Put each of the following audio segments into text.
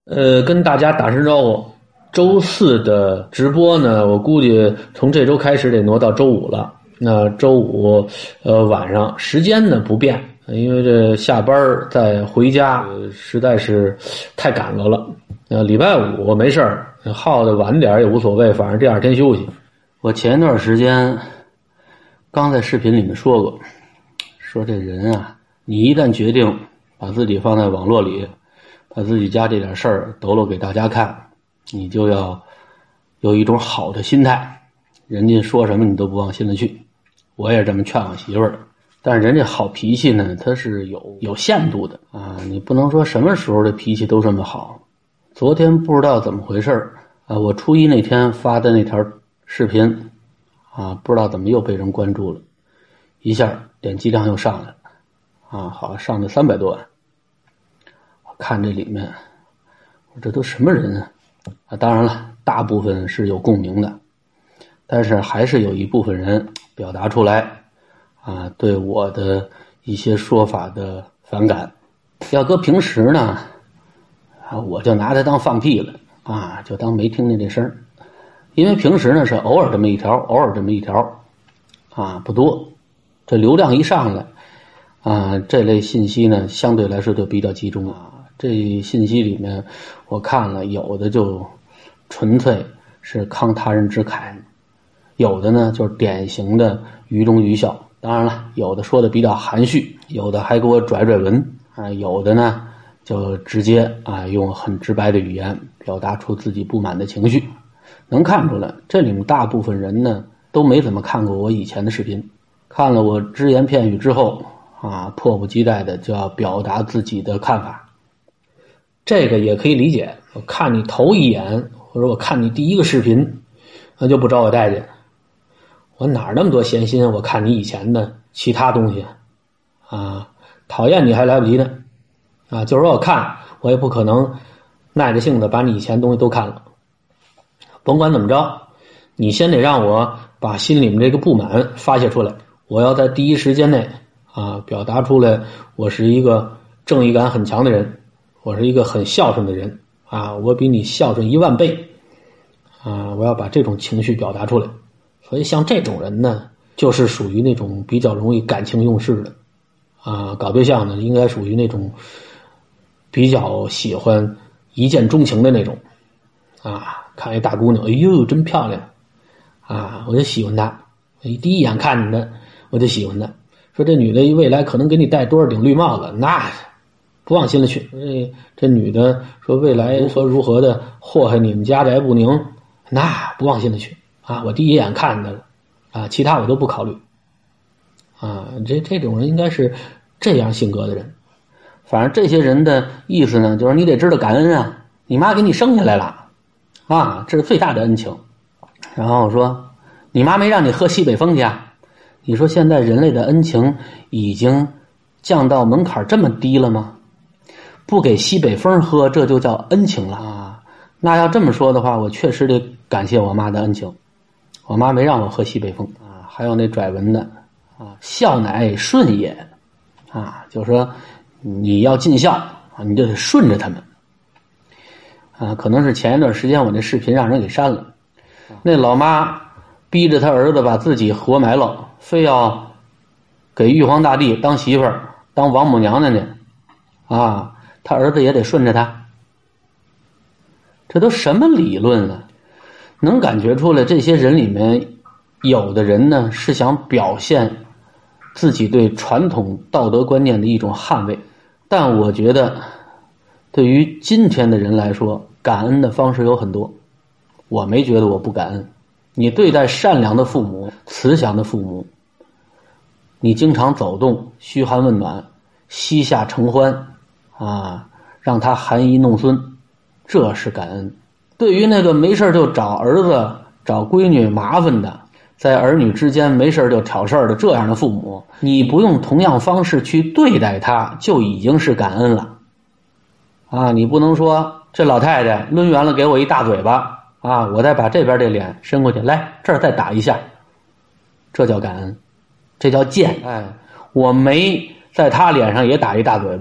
跟大家打声招呼。周四的直播呢，我估计从这周开始得挪到周五了。那周五晚上时间呢不变，因为这下班再回家实在是太赶了了。礼拜五没事儿，耗的晚点也无所谓，反正第二天休息。我前一段时间刚在视频里面说过，说这人啊，你一旦决定把自己放在网络里，把自己家这点事儿抖搂给大家看，你就要有一种好的心态，人家说什么你都不往心里去。我也这么劝我媳妇儿，但是人家好脾气呢，它是有限度的啊，你不能说什么时候的脾气都这么好。昨天不知道怎么回事啊，我初一那天发的那条视频啊，不知道怎么又被人关注了，一下点击量又上来了啊，好上了300多万。我看这里面，我这都什么人啊？当然了，大部分是有共鸣的，但是还是有一部分人表达出来啊，对我的一些说法的反感。要搁平时呢啊，我就拿它当放屁了啊，就当没听见这声。因为平时呢是偶尔这么一条，偶尔这么一条啊，不多。这流量一上来啊，这类信息呢相对来说就比较集中啊。这信息里面我看了，有的就纯粹是慷他人之慨，有的呢就是典型的愚忠愚孝。当然了，有的说的比较含蓄，有的还给我拽文啊，有的呢就直接啊用很直白的语言表达出自己不满的情绪。能看出来，这里面大部分人呢都没怎么看过我以前的视频，看了我只言片语之后啊，迫不及待的就要表达自己的看法。这个也可以理解，我看你头一眼，或者我看你第一个视频，那就不找我待见。我哪那么多闲心，我看你以前的其他东西啊，讨厌你还来不及呢啊，就是说我看，我也不可能耐着性子把你以前东西都看了。甭管怎么着，你先得让我把心里面这个不满发泄出来，我要在第一时间内啊表达出来，我是一个正义感很强的人，我是一个很孝顺的人啊，我比你孝顺10000倍啊，我要把这种情绪表达出来。所以像这种人呢，就是属于那种比较容易感情用事的啊，搞对象呢应该属于那种比较喜欢一见钟情的那种啊，看一大姑娘，哎呦真漂亮啊，我就喜欢她，第一眼看着她我就喜欢她。说这女的未来可能给你戴多少顶绿帽子，那不往心里去。这女的说未来说如何的祸害你们家宅不宁，那不往心里去啊，我第一眼看着了啊，其他我都不考虑啊。这种人应该是这样性格的人。反正这些人的意思呢，就是你得知道感恩啊，你妈给你生下来了啊，这是最大的恩情。然后我说你妈没让你喝西北风去啊？你说现在人类的恩情已经降到门槛这么低了吗？不给西北风喝，这就叫恩情了啊。那要这么说的话，我确实得感谢我妈的恩情，我妈没让我喝西北风啊。还有那拽文的啊，孝乃顺也啊，就是说你要尽孝啊，你就得顺着他们啊。可能是前一段时间我那视频让人给删了，那老妈逼着他儿子把自己活埋了，非要给玉皇大帝当媳妇儿，当王母娘娘去啊，他儿子也得顺着他。这都什么理论了？能感觉出来这些人里面有的人呢是想表现自己对传统道德观念的一种捍卫，但我觉得对于今天的人来说，感恩的方式有很多，我没觉得我不感恩。你对待善良的父母，慈祥的父母，你经常走动，嘘寒问暖，膝下承欢啊，让他含饴弄孙，这是感恩。对于那个没事就找儿子找闺女麻烦的，在儿女之间没事就挑事儿的这样的父母，你不用同样方式去对待他，就已经是感恩了啊！你不能说这老太太抡圆了给我一大嘴巴啊，我再把这边这脸伸过去，来这儿再打一下，这叫感恩，这叫贱。哎，我没在他脸上也打一大嘴巴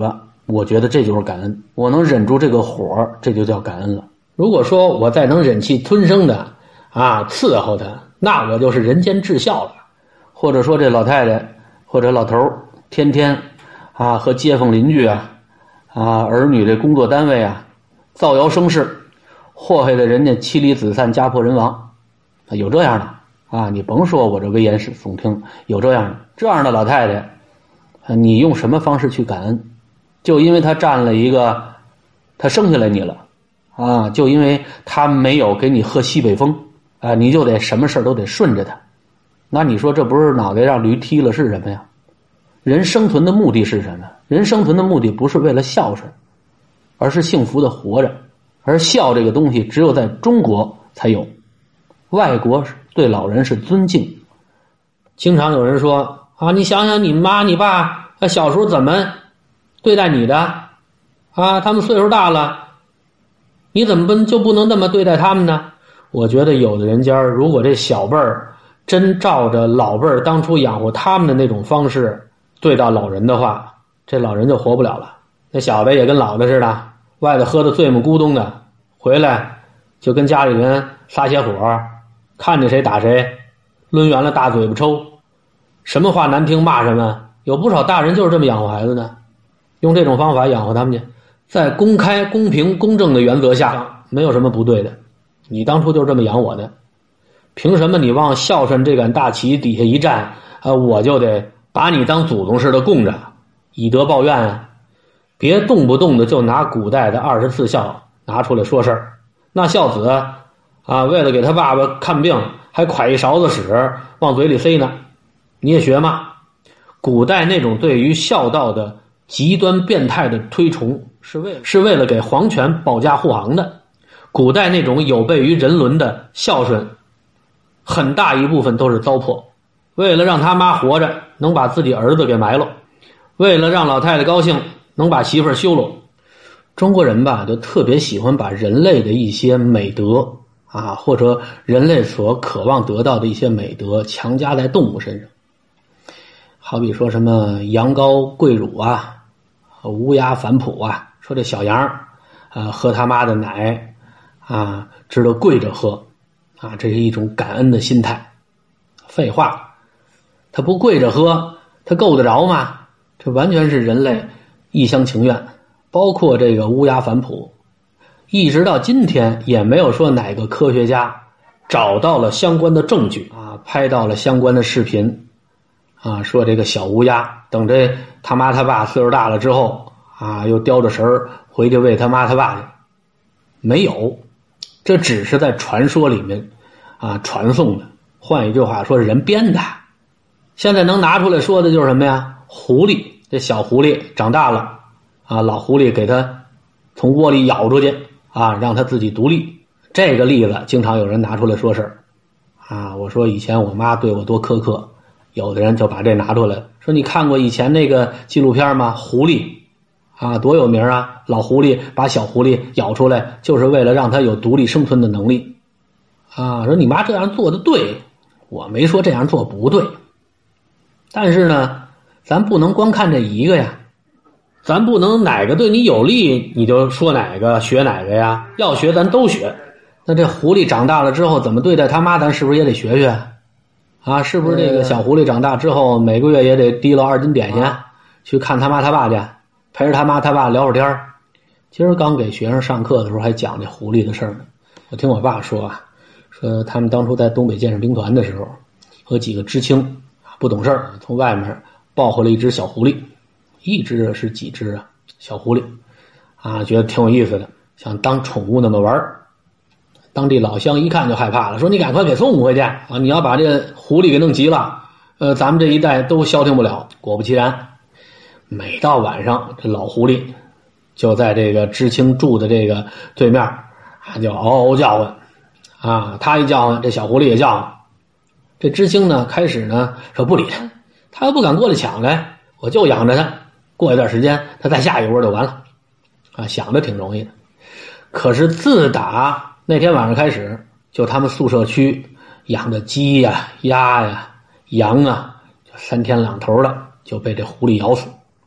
我觉得这就是感恩。我能忍住这个火，这就叫感恩了。如果说我再能忍气吞声的伺候他，那我就是人间至孝了。或者说这老太太或者老头天天和街坊邻居儿女这工作单位造谣生事，祸害的人家妻离子散家破人亡，有这样的你甭说我这危言耸听，有这样的老太太你用什么方式去感恩？就因为她占了一个，她生下来你了就因为她没有给你喝西北风你就得什么事都得顺着她。那你说这不是脑袋让驴踢了是什么呀？人生存的目的是什么？人生存的目的不是为了孝顺，而是幸福的活着。而孝这个东西只有在中国才有，外国对老人是尊敬。经常有人说你想想你妈你爸小时候怎么对待你的他们岁数大了，你怎么就不能那么对待他们呢？我觉得有的人家如果这小辈儿真照着老辈儿当初养活他们的那种方式对待老人的话，这老人就活不了了。那小的也跟老的似的，外头喝得醉目咕咚的，回来就跟家里人撒些火，看见谁打谁，抡圆了大嘴巴抽，什么话难听骂什么。有不少大人就是这么养活孩子的，用这种方法养活他们去。在公开公平公正的原则下，没有什么不对的。你当初就是这么养我的，凭什么你往孝顺这杆大旗底下一站我就得把你当祖宗似的供着，以德报怨别动不动的就拿古代的24孝拿出来说事儿。那孝子为了给他爸爸看病还㧟一勺子屎往嘴里塞呢，你也学吗？古代那种对于孝道的极端变态的推崇是为了给皇权保驾护航的。古代那种有悖于人伦的孝顺很大一部分都是糟粕，为了让他妈活着能把自己儿子给埋了，为了让老太太高兴能把媳妇儿休了。中国人吧就特别喜欢把人类的一些美德或者人类所渴望得到的一些美德强加在动物身上。好比说什么羊羔跪乳乌鸦反哺说这小羊喝他妈的奶知道跪着喝这是一种感恩的心态。废话，他不跪着喝他够得着吗？这完全是人类一厢情愿。包括这个乌鸦反哺，一直到今天也没有说哪个科学家找到了相关的证据拍到了相关的视频说这个小乌鸦等着他妈他爸岁数大了之后又叼着绳回去喂他妈他爸去，没有。这只是在传说里面传颂的。换一句话说，人编的。现在能拿出来说的就是什么呀？狐狸，这小狐狸长大了老狐狸给他从窝里咬出去让他自己独立。这个例子经常有人拿出来说事儿我说以前我妈对我多苛刻，有的人就把这拿出来说，你看过以前那个纪录片吗？狐狸多有名老狐狸把小狐狸咬出来就是为了让它有独立生存的能力说你妈这样做的对，我没说这样做不对，但是呢咱不能光看这一个呀，咱不能哪个对你有利你就说哪个学哪个呀，要学咱都学。那这狐狸长大了之后怎么对待他妈，咱是不是也得学学是不是这个小狐狸长大之后每个月也得提了2斤点心去看他妈他爸去，陪着他妈他爸聊会儿天。今儿刚给学生上课的时候还讲这狐狸的事儿呢。我听我爸说说他们当初在东北建设兵团的时候，有几个知青不懂事儿，从外面抱回了一只小狐狸，一只是几只小狐狸觉得挺有意思的，想当宠物那么玩。当地老乡一看就害怕了，说你赶快给送回去你要把这狐狸给弄急了咱们这一代都消停不了。果不其然，每到晚上这老狐狸就在这个知青住的这个对面就嗷嗷叫唤他一叫唤这小狐狸也叫唤。这知青呢开始呢说不理他又不敢过来抢来，我就养着他，过一段时间他再下一窝就完了想着挺容易的。可是自打那天晚上开始，就他们宿舍区养的鸡呀鸭呀羊就3天2头的就被这狐狸咬死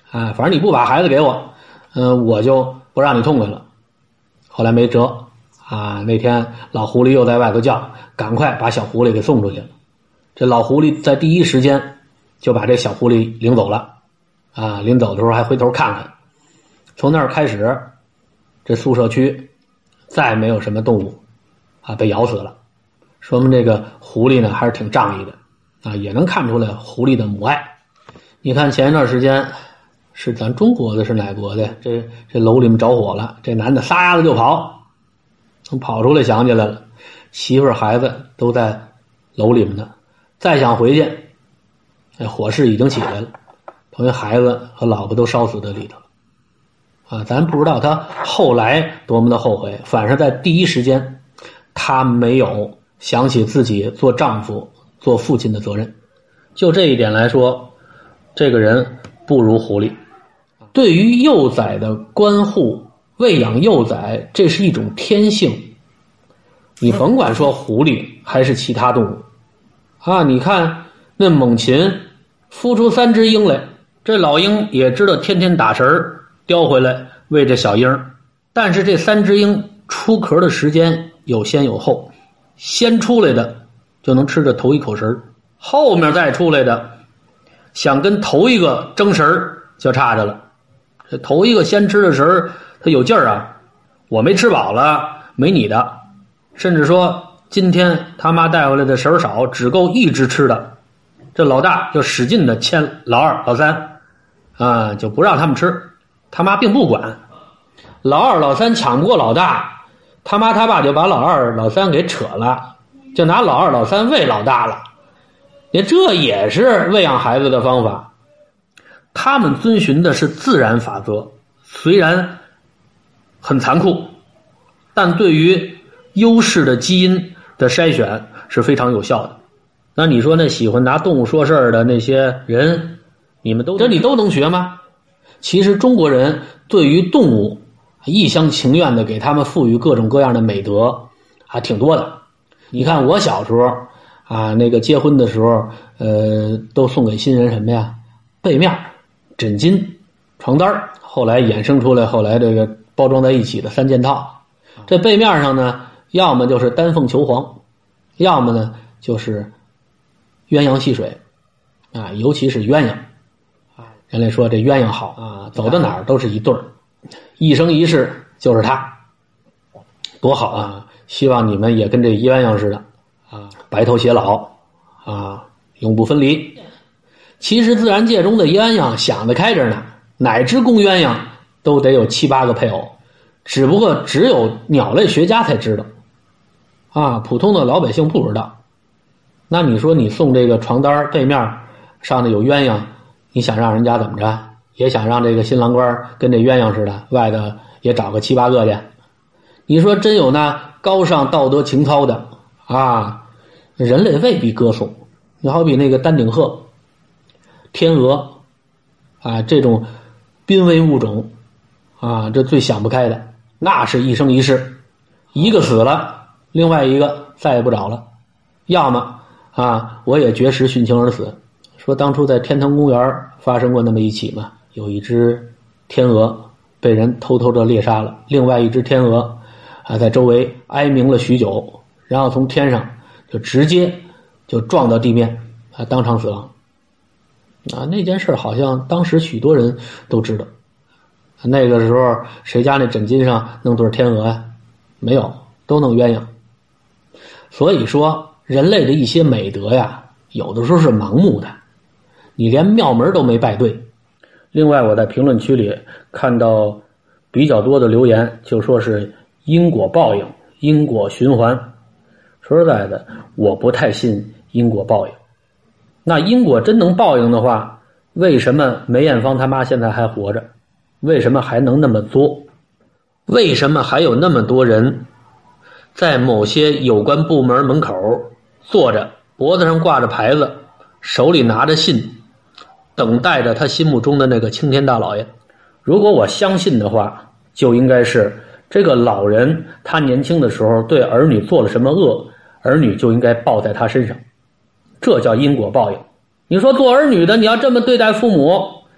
反正你不把孩子给我，我就不让你痛快了。后来没辙那天老狐狸又在外头叫，赶快把小狐狸给送出去了。这老狐狸在第一时间就把这小狐狸领走了临走的时候还回头看看。从那儿开始，这宿舍区再没有什么动物被咬死了，说明这个狐狸呢还是挺仗义的也能看出来狐狸的母爱。你看前一段时间是咱中国的是哪国的，这楼里面着火了，这男的撒丫子就跑出来想起来了，媳妇儿孩子都在楼里面呢，再想回去火势已经起来了，等于孩子和老婆都烧死在里头了咱不知道他后来多么的后悔，反正在第一时间他没有想起自己做丈夫做父亲的责任。就这一点来说，这个人不如狐狸。对于幼崽的关护，喂养幼崽，这是一种天性，你甭管说狐狸还是其他动物你看那猛禽孵出3只鹰来，这老鹰也知道天天打食叼回来喂这小鹰，但是这3只鹰出壳的时间有先有后，先出来的就能吃着头一口食，后面再出来的想跟头一个争食就差着了。这头一个先吃的食他有劲儿我没吃饱了没你的，甚至说今天他妈带回来的食少，只够一只吃的，这老大就使劲的牵老二老三就不让他们吃，他妈并不管。老二老三抢不过老大，他妈他爸就把老二老三给扯了，就拿老二老三喂老大了。这也是喂养孩子的方法。他们遵循的是自然法则，虽然很残酷，但对于优势的基因的筛选是非常有效的。那你说那喜欢拿动物说事儿的那些人，你都能学吗？其实中国人对于动物一厢情愿的给他们赋予各种各样的美德挺多的。你看我小时候那个结婚的时候都送给新人什么呀？被面、枕巾、床单，后来衍生出来后来这个包装在一起的3件套。这被面上呢，要么就是丹凤求凰，要么呢就是鸳鸯戏水尤其是鸳鸯人类说这鸳鸯好走到哪儿都是一对儿，一生一世就是他，多好希望你们也跟这鸳鸯似的白头偕老永不分离。其实自然界中的鸳鸯想得开着呢，哪只公鸳鸯都得有7、8个配偶，只不过只有鸟类学家才知道普通的老百姓不知道。那你说你送这个床单被面上头有鸳鸯，你想让人家怎么着？也想让这个新郎官跟这鸳鸯似的，外头也找个7、8个去。你说真有那高尚道德情操的人类未必歌颂。你好比那个丹顶鹤、天鹅这种濒危物种这最想不开的，那是一生一世，一个死了另外一个再也不找了，要么我也绝食殉情而死。说当初在天堂公园发生过那么一起嘛，有一只天鹅被人偷偷的猎杀了，另外一只天鹅在周围哀鸣了许久，然后从天上就直接就撞到地面当场死亡那件事好像当时许多人都知道。那个时候谁家那枕巾上弄对天鹅呀？没有，都弄鸳鸯。所以说人类的一些美德呀，有的时候是盲目的，你连庙门都没拜对。另外我在评论区里看到比较多的留言，就说是因果报应、因果循环。说实在的，我不太信因果报应。那因果真能报应的话，为什么梅艳芳他妈现在还活着？为什么还能那么作？为什么还有那么多人在某些有关部门门口坐着，脖子上挂着牌子，手里拿着信，等待着他心目中的那个青天大老爷？如果我相信的话，就应该是这个老人他年轻的时候对儿女做了什么恶，儿女就应该报在他身上，这叫因果报应。你说做儿女的你要这么对待父母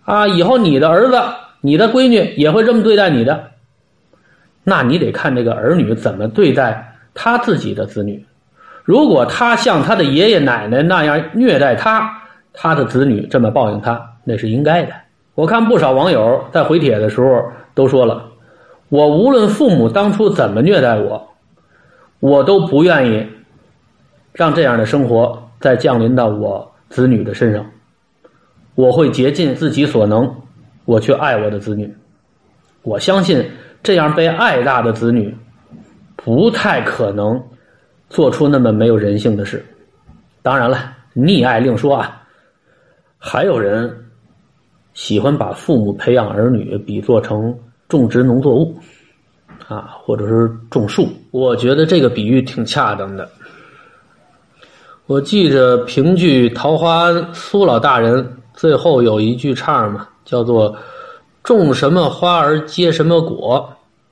啊，以后你的儿子、你的闺女也会这么对待你的。那你得看这个儿女怎么对待他自己的子女。如果他像他的爷爷奶奶那样虐待他，他的子女这么报应他，那是应该的。我看不少网友在回帖的时候都说了，我无论父母当初怎么虐待我，我都不愿意让这样的生活再降临到我子女的身上。我会竭尽自己所能，我去爱我的子女。我相信这样被爱大的子女不太可能做出那么没有人性的事。当然了，溺爱另说啊。还有人喜欢把父母培养儿女比作成种植农作物啊，或者是种树。我觉得这个比喻挺恰当的。我记着评剧《桃花》苏老大人最后有一句唱嘛，叫做种什么花儿结什么果。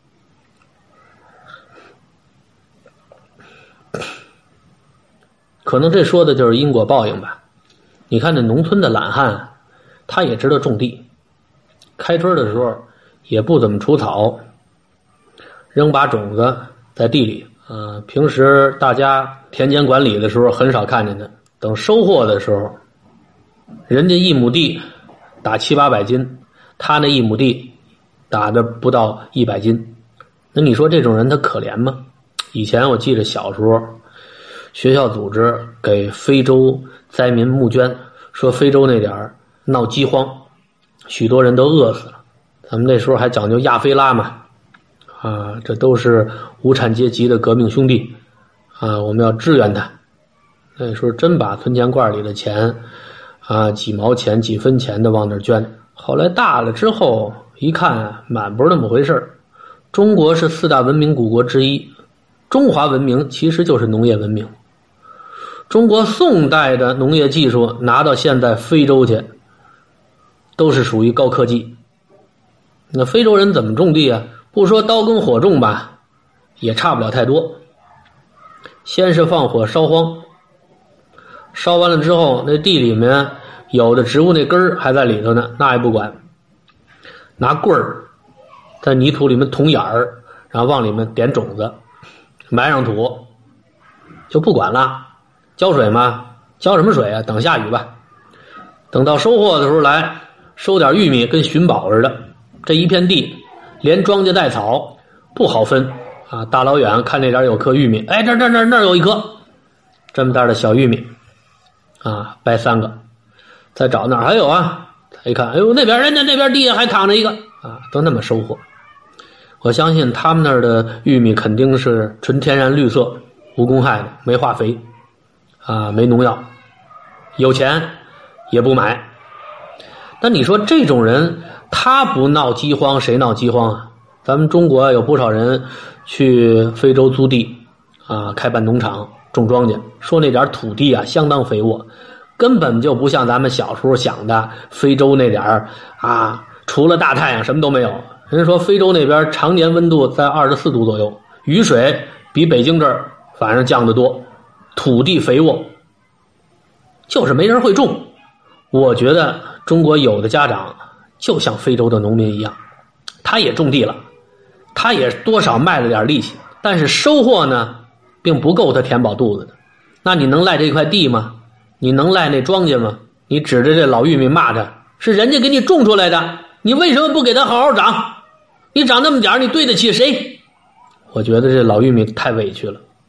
可能这说的就是因果报应吧。你看那农村的懒汉，他也知道种地，开春的时候也不怎么除草，扔把种子在地里。平时大家田间管理的时候很少看见他，等收获的时候，人家1亩地打700-800斤，他那1亩地打的不到100斤。那你说这种人他可怜吗？以前我记得小时候学校组织给非洲灾民募捐，说非洲那点闹饥荒，许多人都饿死了。咱们那时候还讲究亚非拉嘛，这都是无产阶级的革命兄弟啊，我们要支援他。那时候真把存钱罐里的钱几毛钱几分钱的往那儿捐。后来大了之后一看满不是那么回事。中国是4大文明古国之一，中华文明其实就是农业文明。中国宋代的农业技术拿到现在非洲去都是属于高科技。那非洲人怎么种地啊？不说刀耕火种吧，也差不了太多。先是放火烧荒，烧完了之后那地里面有的植物那根儿还在里头呢，那也不管，拿棍儿在泥土里面捅眼儿，然后往里面点种子，埋上土就不管了。浇水吗？浇什么水啊？等下雨吧。等到收获的时候来收点玉米，跟寻宝似的。这一片地连庄稼带草不好分啊！大老远看这点有颗玉米，哎，这儿有一颗这么大的小玉米啊，掰3个，再找哪儿还有啊？再一看，哎呦，那边人家那边地下还躺着一个啊，都那么收获。我相信他们那儿的玉米肯定是纯天然绿色，无公害的，没化肥没农药，有钱也不买。但你说这种人他不闹饥荒谁闹饥荒啊？咱们中国有不少人去非洲租地开办农场种庄稼，说那点土地相当肥沃，根本就不像咱们小时候想的非洲那点除了大太阳什么都没有。人家说非洲那边常年温度在24度左右，雨水比北京这儿反正降得多，土地肥沃，就是没人会种。我觉得中国有的家长就像非洲的农民一样，他也种地了，他也多少卖了点力气，但是收获呢并不够他填饱肚子的。那你能赖这块地吗？你能赖那庄稼吗？你指着这老玉米骂他，是人家给你种出来的，你为什么不给他好好长？你长那么点儿，你对得起谁？我觉得这老玉米太委屈了。